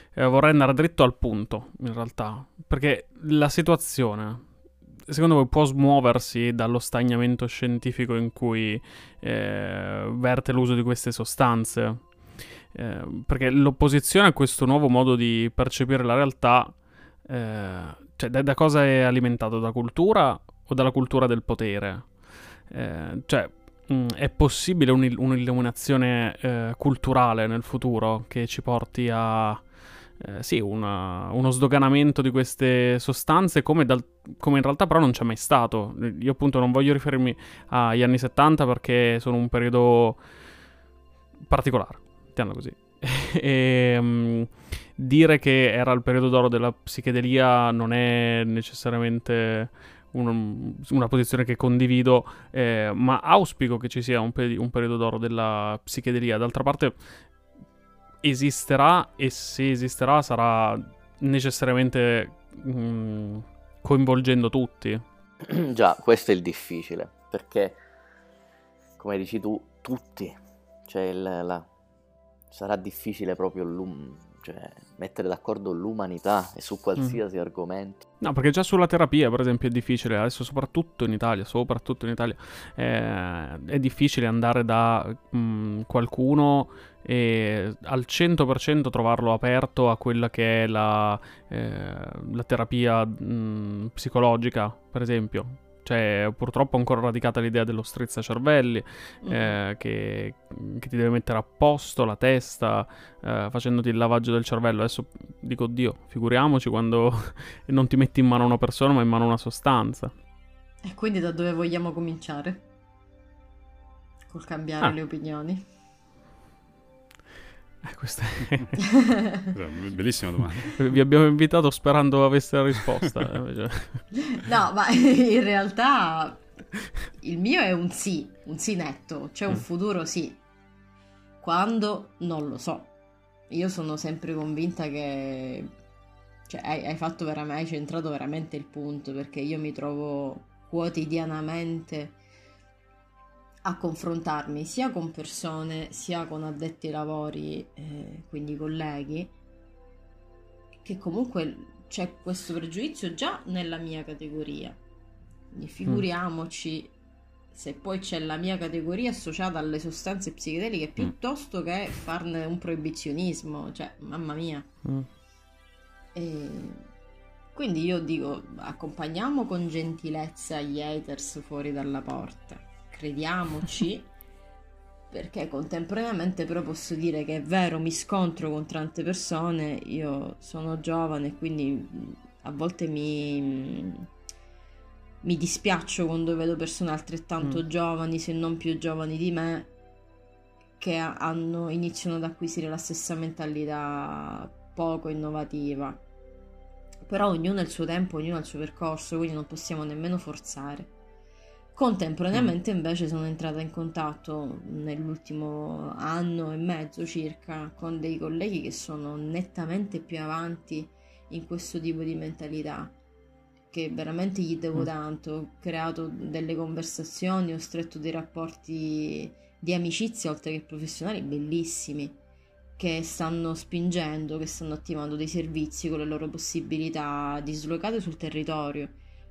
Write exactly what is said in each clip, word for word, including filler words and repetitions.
eh, vorrei andare dritto al punto, in realtà, perché la situazione, secondo voi, può smuoversi dallo stagnamento scientifico in cui eh, verte l'uso di queste sostanze? Eh, perché l'opposizione a questo nuovo modo di percepire la realtà, eh, cioè da, da cosa è alimentato? Da cultura o dalla cultura del potere? Eh, cioè, mh, è possibile un'il- un'illuminazione eh, culturale nel futuro che ci porti a eh, sì, una- uno sdoganamento di queste sostanze come, dal- come in realtà però non c'è mai stato. Io appunto non voglio riferirmi agli anni settanta perché sono un periodo particolare, mettiamola così. e mh, dire che era il periodo d'oro della psichedelia non è necessariamente un- una posizione che condivido, eh, ma auspico che ci sia un, pe- un periodo d'oro della psichedelia. D'altra parte esisterà, e se esisterà sarà necessariamente mh, coinvolgendo tutti. Già, questo è il difficile, perché, come dici tu, tutti, cioè il- la- sarà difficile proprio l'um- cioè, mettere d'accordo l'umanità e su Mm. qualsiasi argomento. No, perché già sulla terapia, per esempio, è difficile, adesso soprattutto in Italia, soprattutto in Italia, eh, è difficile andare da mh, qualcuno e al cento per cento trovarlo aperto a quella che è la, eh, la terapia mh, psicologica, per esempio. Cioè, purtroppo è ancora radicata l'idea dello strizzacervelli, Mm. eh, che, che ti deve mettere a posto la testa, eh, facendoti il lavaggio del cervello. Adesso dico, Dio, figuriamoci quando e non ti metti in mano una persona ma in mano una sostanza. E quindi da dove vogliamo cominciare? Col cambiare Ah, le opinioni? eh, questa è... Bellissima domanda. Vi abbiamo invitato sperando aveste la risposta. eh, invece- No, ma in realtà il mio è un sì, un sì netto, c'è un Mm. futuro sì. Quando? Non lo so. Io sono sempre convinta che... Cioè, hai, hai fatto veramente, hai centrato veramente il punto, perché io mi trovo quotidianamente a confrontarmi sia con persone, sia con addetti ai lavori, eh, quindi colleghi, che comunque c'è questo pregiudizio già nella mia categoria. Quindi figuriamoci se poi c'è la mia categoria associata alle sostanze psichedeliche piuttosto che farne un proibizionismo, cioè, mamma mia. Mm. E quindi io dico, accompagniamo con gentilezza gli haters fuori dalla porta, crediamoci, perché contemporaneamente però posso dire che è vero, mi scontro con tante persone, io sono giovane e quindi mh, a volte mi, mi dispiaccio quando vedo persone altrettanto Mm. giovani, se non più giovani di me, che ha- hanno, iniziano ad acquisire la stessa mentalità poco innovativa. Però ognuno ha il suo tempo, ognuno ha il suo percorso, quindi non possiamo nemmeno forzare. Contemporaneamente invece sono entrata in contatto nell'ultimo anno e mezzo circa con dei colleghi che sono nettamente più avanti in questo tipo di mentalità, che veramente gli devo Mm. tanto. Ho creato delle conversazioni, ho stretto dei rapporti di amicizia oltre che professionali bellissimi, che stanno spingendo, che stanno attivando dei servizi con le loro possibilità dislocate sul territorio,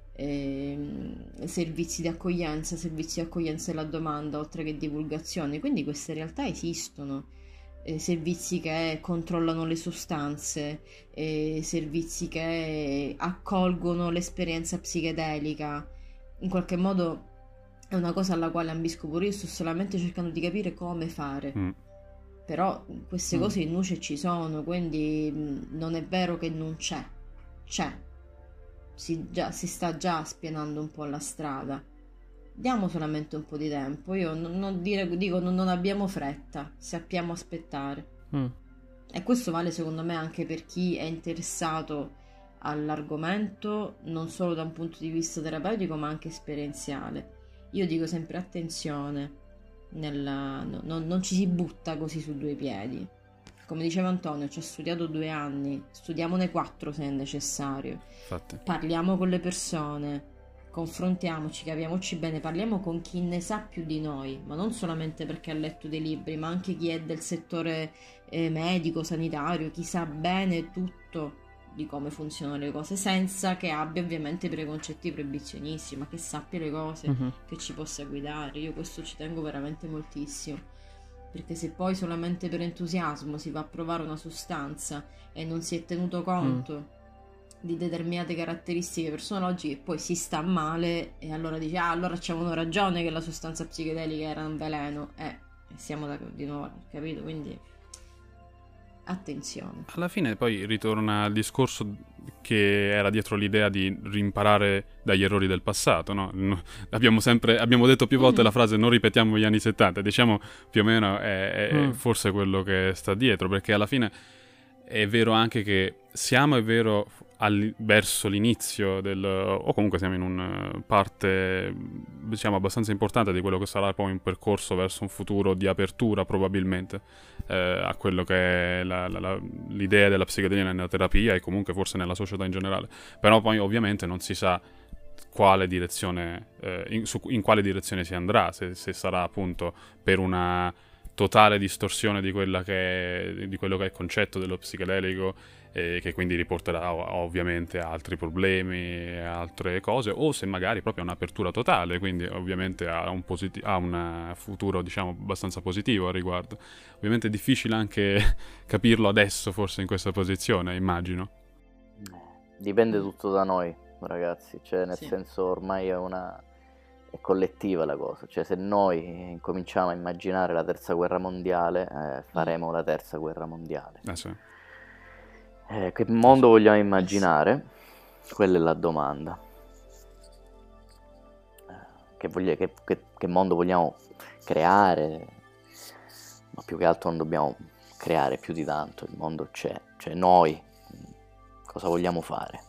ehm, servizi di accoglienza, servizi di accoglienza alla domanda, oltre che divulgazione. Quindi queste realtà esistono, eh, servizi che controllano le sostanze, eh, servizi che accolgono l'esperienza psichedelica. In qualche modo è una cosa alla quale ambisco pure io, sto solamente cercando di capire come fare. Mm. Però queste Mm. cose in nuce ci sono, quindi mh, non è vero che non c'è. C'è. Si, già, si sta già spianando un po' la strada. Diamo solamente un po' di tempo. Io non, non dire, dico non, non abbiamo fretta, sappiamo aspettare. Mm. E questo vale secondo me anche per chi è interessato all'argomento, non solo da un punto di vista terapeutico, ma anche esperienziale. Io dico sempre attenzione, nella- no- no- non ci si butta così su due piedi. Come diceva Antonio, ci ha studiato due anni, studiamone quattro se è necessario. Infatti. Parliamo con le persone, confrontiamoci, capiamoci bene, parliamo con chi ne sa più di noi, ma non solamente perché ha letto dei libri, ma anche chi è del settore eh, medico, sanitario, chi sa bene tutto di come funzionano le cose, senza che abbia ovviamente preconcetti proibizionisti, ma che sappia le cose, Mhm. che ci possa guidare. Io questo ci tengo veramente moltissimo, perché se poi solamente per entusiasmo si va a provare una sostanza e non si è tenuto conto di determinate caratteristiche personologiche, poi si sta male e allora dice ah allora c'avevano ragione che la sostanza psichedelica era un veleno, eh siamo da, di nuovo, capito? Quindi attenzione. Alla fine poi ritorna al discorso che era dietro l'idea di rimparare dagli errori del passato, no? No, abbiamo sempre abbiamo detto più volte Mm. la frase non ripetiamo gli anni settanta, diciamo più o meno è, è Mm. forse quello che sta dietro, perché alla fine è vero anche che siamo, è vero, al- verso l'inizio del, o comunque siamo in una parte, diciamo, abbastanza importante di quello che sarà poi un percorso verso un futuro di apertura probabilmente eh, a quello che è la- la- la- l'idea della psichedelia nella terapia e comunque forse nella società in generale. Però poi ovviamente non si sa quale direzione, eh, in, su- in quale direzione si andrà, se, se sarà appunto per una totale distorsione di, quella che è, di quello che è il concetto dello psichedelico, eh, che quindi riporterà ov- ovviamente a altri problemi e altre cose, o se magari proprio un'apertura totale, quindi ovviamente ha un, positi- ha un futuro diciamo abbastanza positivo al riguardo. Ovviamente è difficile anche capirlo adesso forse in questa posizione, immagino. Dipende tutto da noi, ragazzi, cioè nel Sì. senso ormai è una è collettiva la cosa, cioè se noi incominciamo a immaginare la terza guerra mondiale, eh, faremo la terza guerra mondiale. Eh sì. Eh, che mondo vogliamo immaginare? Quella è la domanda. Eh, Che, voglia- che- che- che mondo vogliamo creare? Ma più che altro non dobbiamo creare più di tanto, il mondo c'è, cioè noi cosa vogliamo fare?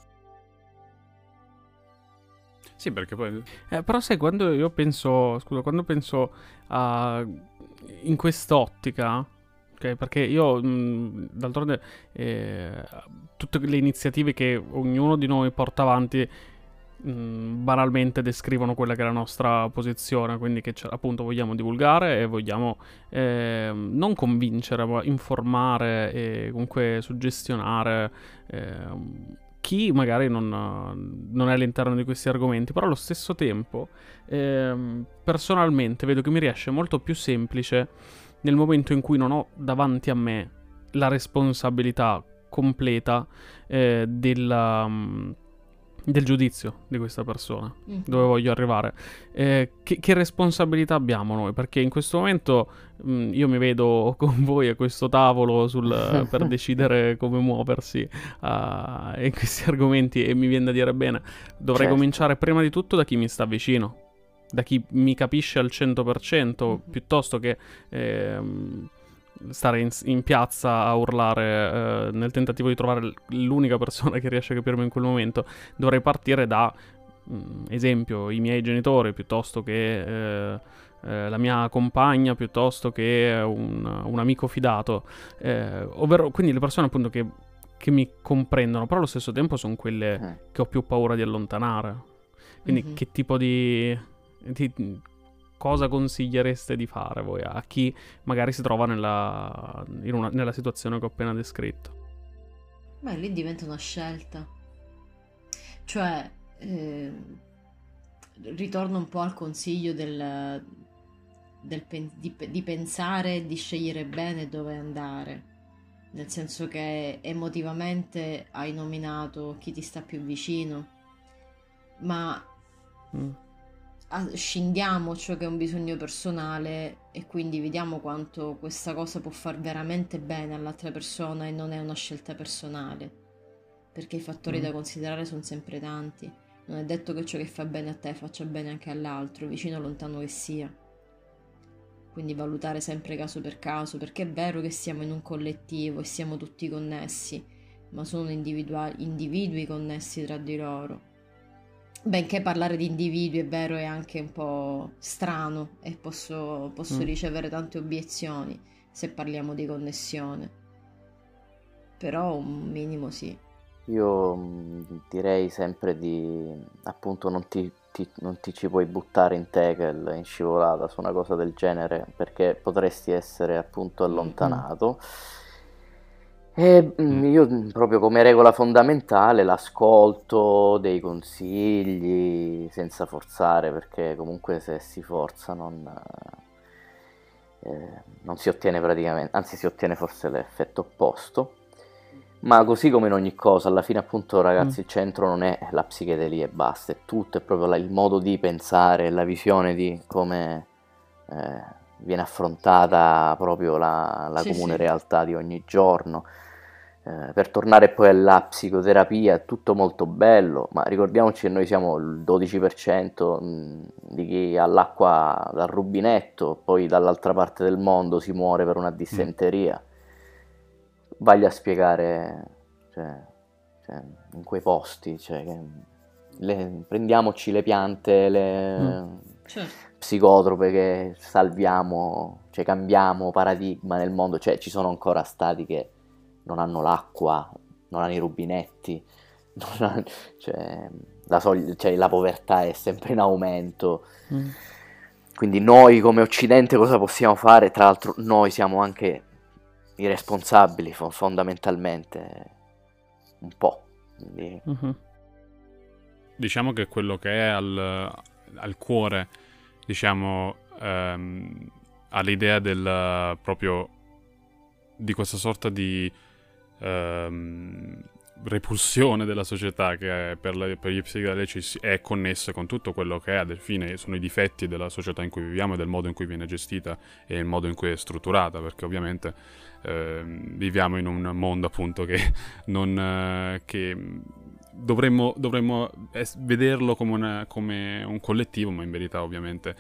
Sì, perché poi Eh, però sai, quando io penso, scusa, quando penso a, in quest'ottica, ok, perché io, mh, d'altronde, eh, tutte le iniziative che ognuno di noi porta avanti, mh, banalmente descrivono quella che è la nostra posizione, quindi che c'è- appunto vogliamo divulgare e vogliamo ehm, non convincere, ma informare e comunque suggestionare ehm, chi magari non, non è all'interno di questi argomenti, però allo stesso tempo ehm, personalmente vedo che mi riesce molto più semplice nel momento in cui non ho davanti a me la responsabilità completa eh, della, mm, del giudizio di questa persona, Mhm. dove voglio arrivare. Eh, che, che responsabilità abbiamo noi? Perché in questo momento mh, io mi vedo con voi a questo tavolo sul- per decidere come muoversi ah, in questi argomenti e mi viene da dire bene, dovrei Certo. cominciare prima di tutto da chi mi sta vicino, da chi mi capisce al cento per cento, Mhm. piuttosto che ehm, stare in, in piazza a urlare eh, nel tentativo di trovare l- l'unica persona che riesce a capirmi in quel momento. Dovrei partire da, mh, esempio, i miei genitori, piuttosto che eh, eh, la mia compagna, piuttosto che un, un amico fidato, eh, ovvero quindi le persone appunto che, che mi comprendono, però allo stesso tempo sono quelle Mm. che ho più paura di allontanare. Quindi Mhm. che tipo di, di- cosa consigliereste di fare voi a chi magari si trova nella, in una- nella situazione che ho appena descritto? Beh, lì diventa una scelta. Cioè, eh, ritorno un po' al consiglio del, del pen- di, di pensare e di scegliere bene dove andare. Nel senso che emotivamente hai nominato chi ti sta più vicino, ma Mm. ah, scindiamo ciò che è un bisogno personale e quindi vediamo quanto questa cosa può far veramente bene all'altra persona e non è una scelta personale, perché i fattori Mm. da considerare sono sempre tanti. Non è detto che ciò che fa bene a te faccia bene anche all'altro, vicino o lontano che sia. Quindi valutare sempre caso per caso, perché è vero che siamo in un collettivo e siamo tutti connessi, ma sono individua- individui connessi tra di loro. Benché parlare di individui, è vero, è anche un po' strano e posso, posso Mm. ricevere tante obiezioni se parliamo di connessione. Però un minimo sì. Io mh, direi sempre di, appunto, non ti ti, non ti ci puoi buttare in tackle, in scivolata su una cosa del genere, perché potresti essere appunto allontanato. E mm, io mm, proprio come regola fondamentale l'ascolto dei consigli senza forzare, perché comunque se si forza non, eh, non si ottiene praticamente, anzi si ottiene forse l'effetto opposto. Ma così come in ogni cosa, alla fine appunto ragazzi, Mm. il centro non è la psichedelia e basta, è tutto, è proprio la- il modo di pensare, la visione di come eh, viene affrontata proprio la, la Sì, comune sì. realtà di ogni giorno. Eh, per tornare poi alla psicoterapia, è tutto molto bello, ma ricordiamoci che noi siamo il dodici per cento mh, di chi ha l'acqua dal rubinetto, poi dall'altra parte del mondo si muore per una Mm. dissenteria. Vagli a spiegare, cioè, cioè, in quei posti, cioè, che le- prendiamoci le piante, le Certo. psicotrope che salviamo, cioè cambiamo paradigma nel mondo, cioè ci sono ancora stati che non hanno l'acqua, non hanno i rubinetti, non hanno- cioè, la, soglia- cioè, la povertà è sempre in aumento. Mm. Quindi noi come Occidente cosa possiamo fare? Tra l'altro noi siamo anche i responsabili fo- fondamentalmente, un po'. Quindi, Mhm. Diciamo che quello che è al, al cuore, diciamo, ehm, all'idea del proprio di questa sorta di ehm, repulsione della società che è per, la- per gli psichedelici si- è connessa con tutto quello che è, alla fine sono i difetti della società in cui viviamo e del modo in cui viene gestita e il modo in cui è strutturata, perché ovviamente ehm, viviamo in un mondo appunto che non eh, che dovremmo, dovremmo es- vederlo come, una- come un collettivo, ma in verità ovviamente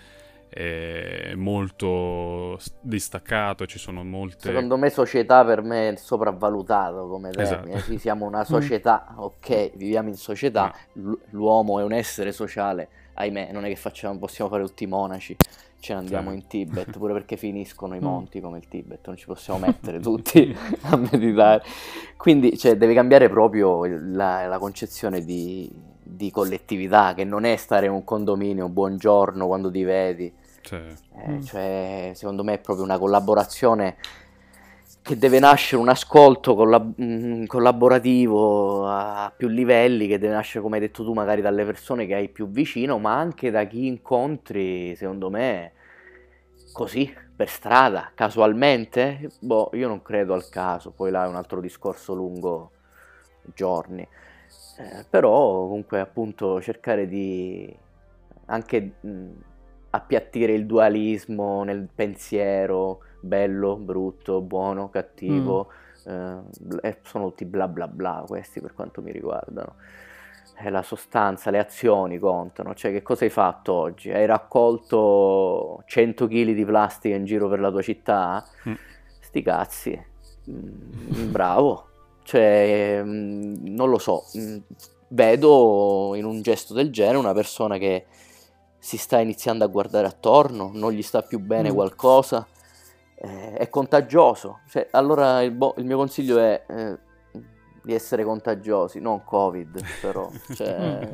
è molto s- distaccato, ci sono molte... secondo me società per me è sopravvalutato come Esatto. termine. Sì, siamo una società, ok, viviamo in società, Ma- l- l'uomo è un essere sociale, ahimè, non è che facciamo, possiamo fare tutti i monaci, ce ne andiamo Sì. in Tibet, pure perché finiscono i Mm. monti come il Tibet, non ci possiamo mettere tutti a meditare. Quindi, cioè, deve cambiare proprio la, la concezione di, di collettività, che non è stare in un condominio, buongiorno quando ti vedi. Sì. Eh, Mm. cioè, secondo me è proprio una collaborazione che deve nascere, un ascolto collab- mm, collaborativo a più livelli, che deve nascere, come hai detto tu, magari dalle persone che hai più vicino, ma anche da chi incontri, secondo me, così, per strada, casualmente. Boh, io non credo al caso, poi là è un altro discorso lungo giorni. Eh, però comunque appunto cercare di anche mh, appiattire il dualismo nel pensiero, bello, brutto, buono, Mm. cattivo, eh, bl- e sono tutti bla bla bla questi per quanto mi riguardano. È la sostanza, le azioni contano, cioè che cosa hai fatto oggi? Hai raccolto cento chili di plastica in giro per la tua città? Mm. Sti cazzi, Mm, bravo, cioè mm, non lo so, mm, vedo in un gesto del genere una persona che si sta iniziando a guardare attorno, non gli sta più bene Mm. qualcosa, eh, è contagioso. Cioè, allora il, bo- il mio consiglio è eh, di essere contagiosi, non Covid, però, cioè,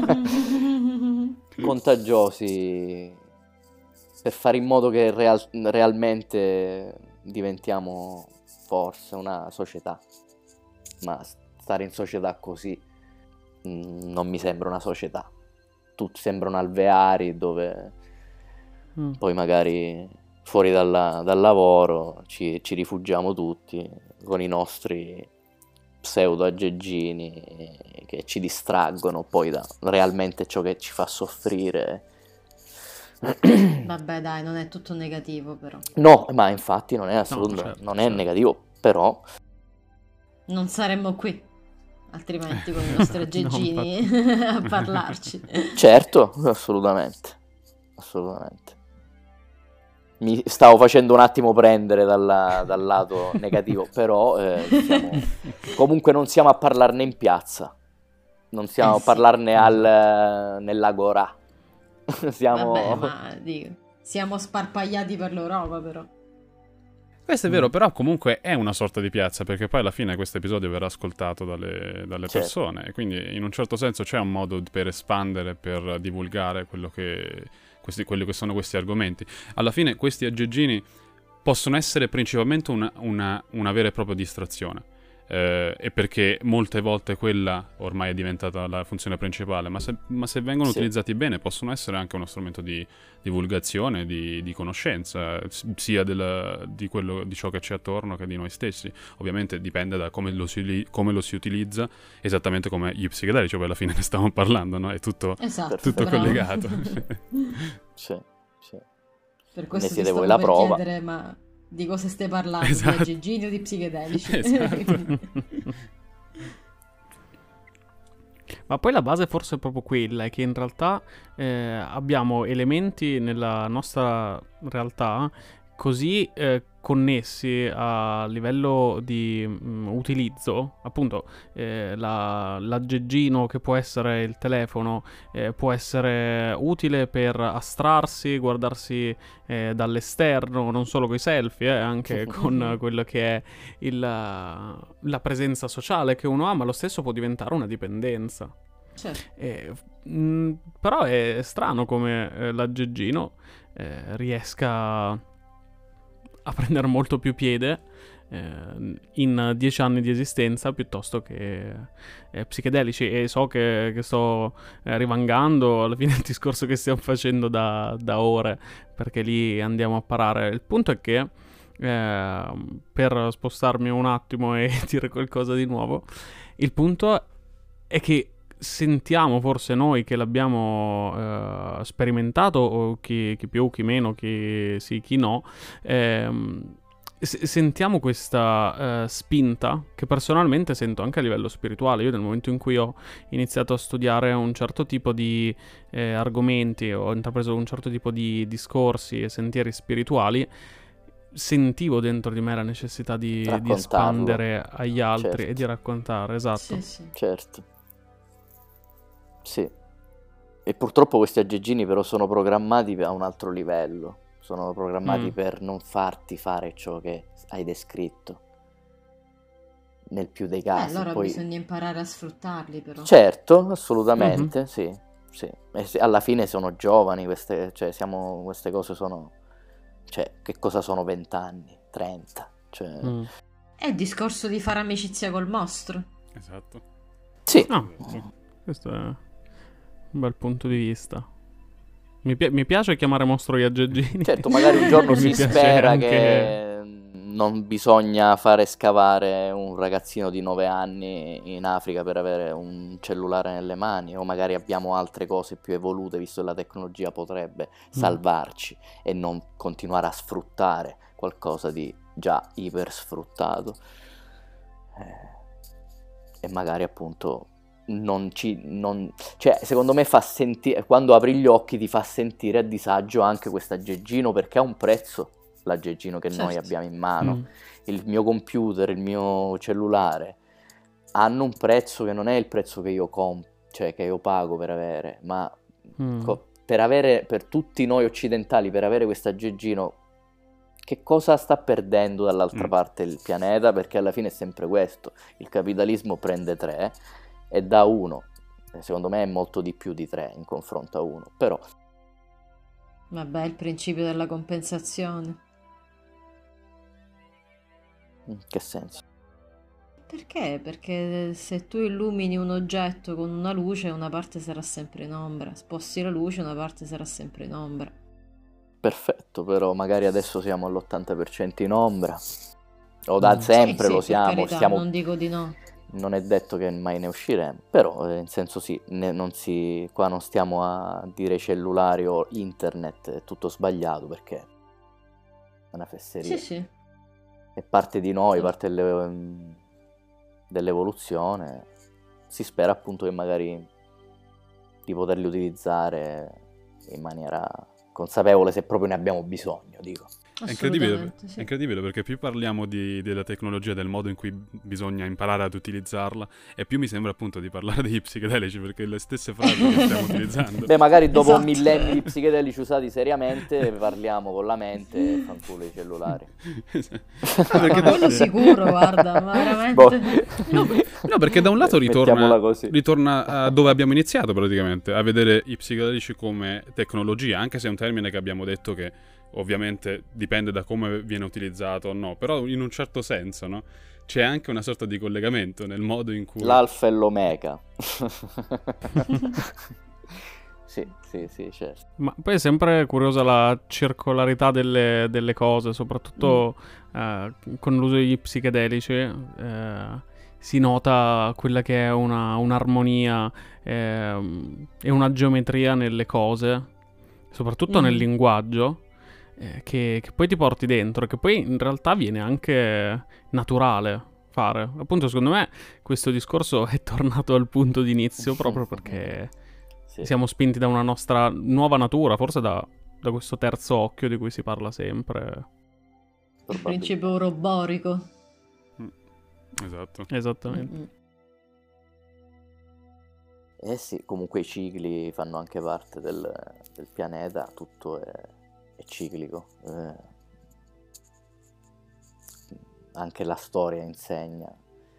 contagiosi per fare in modo che real- realmente diventiamo forse una società. Ma stare in società così mm, non mi sembra una società. Tutti sembrano alveari dove Mm. poi magari fuori dalla- dal lavoro ci, ci rifugiamo tutti con i nostri pseudo aggeggini che ci distraggono poi da realmente ciò che ci fa soffrire. Vabbè, dai, non è tutto negativo, però. No, ma infatti non è No, assolutamente, certo, non è certo. negativo, però Non saremmo qui, altrimenti con i nostri No, aggeggini a parlarci. certo, assolutamente, assolutamente. Mi stavo facendo un attimo prendere dalla- dal lato negativo, però eh, siamo- comunque non siamo a parlarne in piazza, non siamo Eh a sì. parlarne al, nell'agorà. Siamo... Vabbè, ma dico, siamo sparpagliati per l'Europa, però. Questo è vero, mm. però comunque è una sorta di piazza, perché poi alla fine questo episodio verrà ascoltato dalle, dalle certo. persone, e quindi in un certo senso c'è un modo per espandere, per divulgare quello che, questi, quelli che sono questi argomenti. Alla fine questi aggeggini possono essere principalmente una, una, una vera e propria distrazione. Eh, e perché molte volte quella ormai è diventata la funzione principale, ma se, ma se vengono sì. utilizzati bene possono essere anche uno strumento di divulgazione, di, di conoscenza, sia del, di, quello, di ciò che c'è attorno che di noi stessi. Ovviamente dipende da come lo si, come lo si utilizza, esattamente come gli psichedelici, poi alla fine ne stavamo parlando, no? È tutto, esatto, tutto collegato. Sì, sì. Per questo ne ti siete stavo voi la per prova. chiedere, ma di cosa stai parlando? Esatto. Di aggeggini o di psichedelici? Esatto. Ma poi la base forse è proprio quella, è che in realtà eh, abbiamo elementi nella nostra realtà così eh, connessi a livello di mh, utilizzo, appunto eh, la, l'aggeggino che può essere il telefono eh, può essere utile per astrarsi, guardarsi eh, dall'esterno, non solo con i selfie, eh, anche con quello che è il, la presenza sociale che uno ha, ma lo stesso può diventare una dipendenza. Certo. Eh, mh, però è strano come eh, l'aggeggino eh, riesca a prendere molto più piede eh, in dieci anni di esistenza piuttosto che eh, psichedelici. E so che, che sto eh, rivangando alla fine del discorso che stiamo facendo da, da ore, perché lì andiamo a parare. Il punto è che eh, per spostarmi un attimo e dire qualcosa di nuovo, il punto è che sentiamo forse noi che l'abbiamo eh, sperimentato, o chi, chi più, chi meno, chi sì, chi no, ehm, s- sentiamo questa eh, spinta che personalmente sento anche a livello spirituale. Io nel momento in cui ho iniziato a studiare un certo tipo di eh, argomenti, ho intrapreso un certo tipo di discorsi e sentieri spirituali, sentivo dentro di me la necessità di, di espandere agli altri, certo. e di raccontare, esatto. Sì, sì. Certo. Sì, e purtroppo questi aggeggini però sono programmati a un altro livello, sono programmati mm. per non farti fare ciò che hai descritto, nel più dei casi. Eh, allora Poi... bisogna imparare a sfruttarli però. Certo, assolutamente, mm-hmm. sì, sì. E se, alla fine sono giovani, queste, cioè siamo, queste cose sono, cioè che cosa sono vent'anni, trenta, cioè... Mm. È il discorso di fare amicizia col mostro. Esatto. Sì. No, questo è un bel punto di vista. Mi, pi- mi piace chiamare mostro gli aggeggini. Certo, magari un giorno si spera anche... che non bisogna fare scavare un ragazzino di nove anni in Africa per avere un cellulare nelle mani, o magari abbiamo altre cose più evolute, visto che la tecnologia potrebbe salvarci mm. e non continuare a sfruttare qualcosa di già iper sfruttato. Eh, e magari appunto non ci non cioè secondo me fa sentire, quando apri gli occhi ti fa sentire a disagio anche questo aggeggino, perché ha un prezzo l'aggeggino che certo. noi abbiamo in mano. mm. Il mio computer, il mio cellulare hanno un prezzo che non è il prezzo che io comp cioè che io pago per avere, ma mm. co- per avere, per tutti noi occidentali, per avere questo aggeggino, che cosa sta perdendo dall'altra mm. parte il pianeta? Perché alla fine è sempre questo, il capitalismo prende tre e da uno, secondo me è molto di più di tre in confronto a uno, però... Vabbè, il principio della compensazione. In che senso? Perché? Perché se tu illumini un oggetto con una luce, una parte sarà sempre in ombra. Sposti la luce, una parte sarà sempre in ombra. Perfetto, però magari adesso siamo all'ottanta per cento in ombra. O da mm. sempre sì, lo sì, siamo, carità, stiamo... non dico di no. Non è detto che mai ne usciremo, però in senso sì, ne, non si, qua non stiamo a dire cellulari o internet, è tutto sbagliato, perché è una fesseria. Sì, sì. È parte di noi, sì. parte delle, dell'evoluzione. Si spera appunto che magari di poterli utilizzare in maniera consapevole, se proprio ne abbiamo bisogno, dico. È incredibile, Assolutamente, sì. è incredibile perché più parliamo di- della tecnologia, del modo in cui bisogna imparare ad utilizzarla, e più mi sembra appunto di parlare degli psicedelici, perché le stesse frasi che stiamo utilizzando. Beh, magari dopo Esatto. millenni di psicedelici usati seriamente parliamo con la mente e fanculo i cellulari. Ah, perché da- Quello sicuro, guarda, ma veramente. Boh. no, no, perché da un lato Mettiamola ritorna, così. ritorna a dove abbiamo iniziato praticamente, a vedere i psicedelici come tecnologia, anche se è un termine che abbiamo detto che ovviamente dipende da come viene utilizzato o no, però in un certo senso, no? C'è anche una sorta di collegamento nel modo in cui... L'alfa e l'omega. Sì, sì, sì, certo. Ma poi è sempre curiosa la circolarità delle, delle cose, soprattutto eh, con l'uso degli psichedelici. eh, si nota quella che è una, un'armonia ehm, e una geometria nelle cose, soprattutto Mhm. nel linguaggio, eh, che, che poi ti porti dentro, che poi in realtà viene anche naturale fare. Appunto, secondo me questo discorso è tornato al punto di inizio proprio perché Sì. siamo spinti da una nostra nuova natura, forse da, da questo terzo occhio di cui si parla sempre. Il Probabilmente. principio euroborico. Esatto. Esattamente. Mm-mm. Eh sì, comunque i cicli fanno anche parte del, del pianeta, tutto è, è ciclico. Eh, anche la storia insegna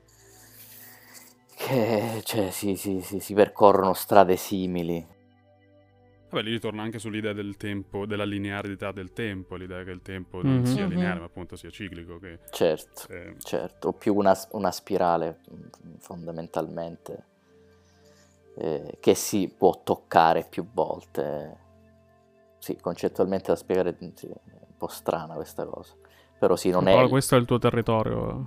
che cioè, si, si- si- si percorrono strade simili. Vabbè, lì ritorna anche sull'idea del tempo, della linearità del tempo, l'idea che il tempo non Mhm. sia Mhm. lineare, ma appunto sia ciclico, che... Certo, eh, certo, o più una, una spirale mm, fondamentalmente, eh, che si può toccare più volte. Sì, concettualmente da spiegare, sì, è un po' strana questa cosa, però sì, non Paolo, è... questo è il tuo territorio.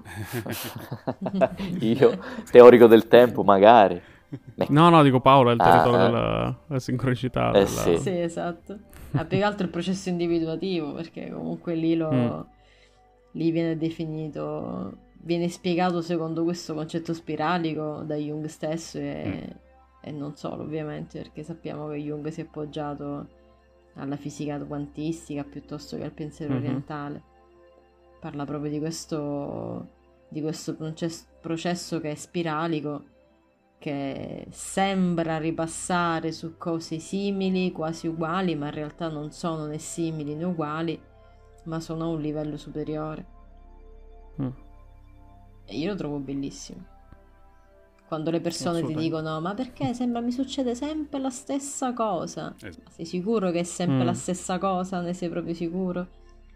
Io, teorico del tempo, magari. Me- No, no, dico Paolo, è il Ah, territorio eh. della, della sincronicità. Eh della- sì. Sì, esatto. Ma più che altro il processo individuativo, perché comunque lì lo Mm. lì viene definito, viene spiegato secondo questo concetto spiralico da Jung stesso e, e non solo, ovviamente, perché sappiamo che Jung si è appoggiato alla fisica quantistica piuttosto che al pensiero Mhm. orientale. Parla proprio di questo, di questo proces- processo che è spiralico, che sembra ripassare su cose simili, quasi uguali, ma in realtà non sono né simili né uguali, ma sono a un livello superiore. Mm. E io lo trovo bellissimo. Quando le persone ti Assolutamente. dicono: ma perché sembra mi succede sempre la stessa cosa? Es- Ma sei sicuro che è sempre Mm. la stessa cosa? Ne sei proprio sicuro?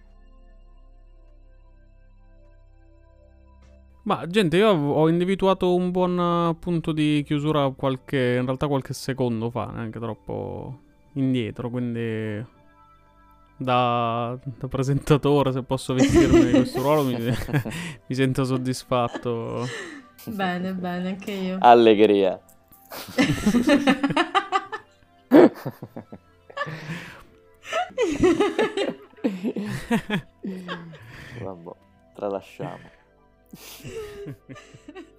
Ma gente, io ho individuato un buon eh, punto di chiusura qualche, in realtà qualche secondo fa, neanche troppo indietro, quindi da, da presentatore, se posso vestirmi di questo ruolo, mi, mi sento soddisfatto. Bene, bene, anche io. Allegria. Vabbè, tralasciamo.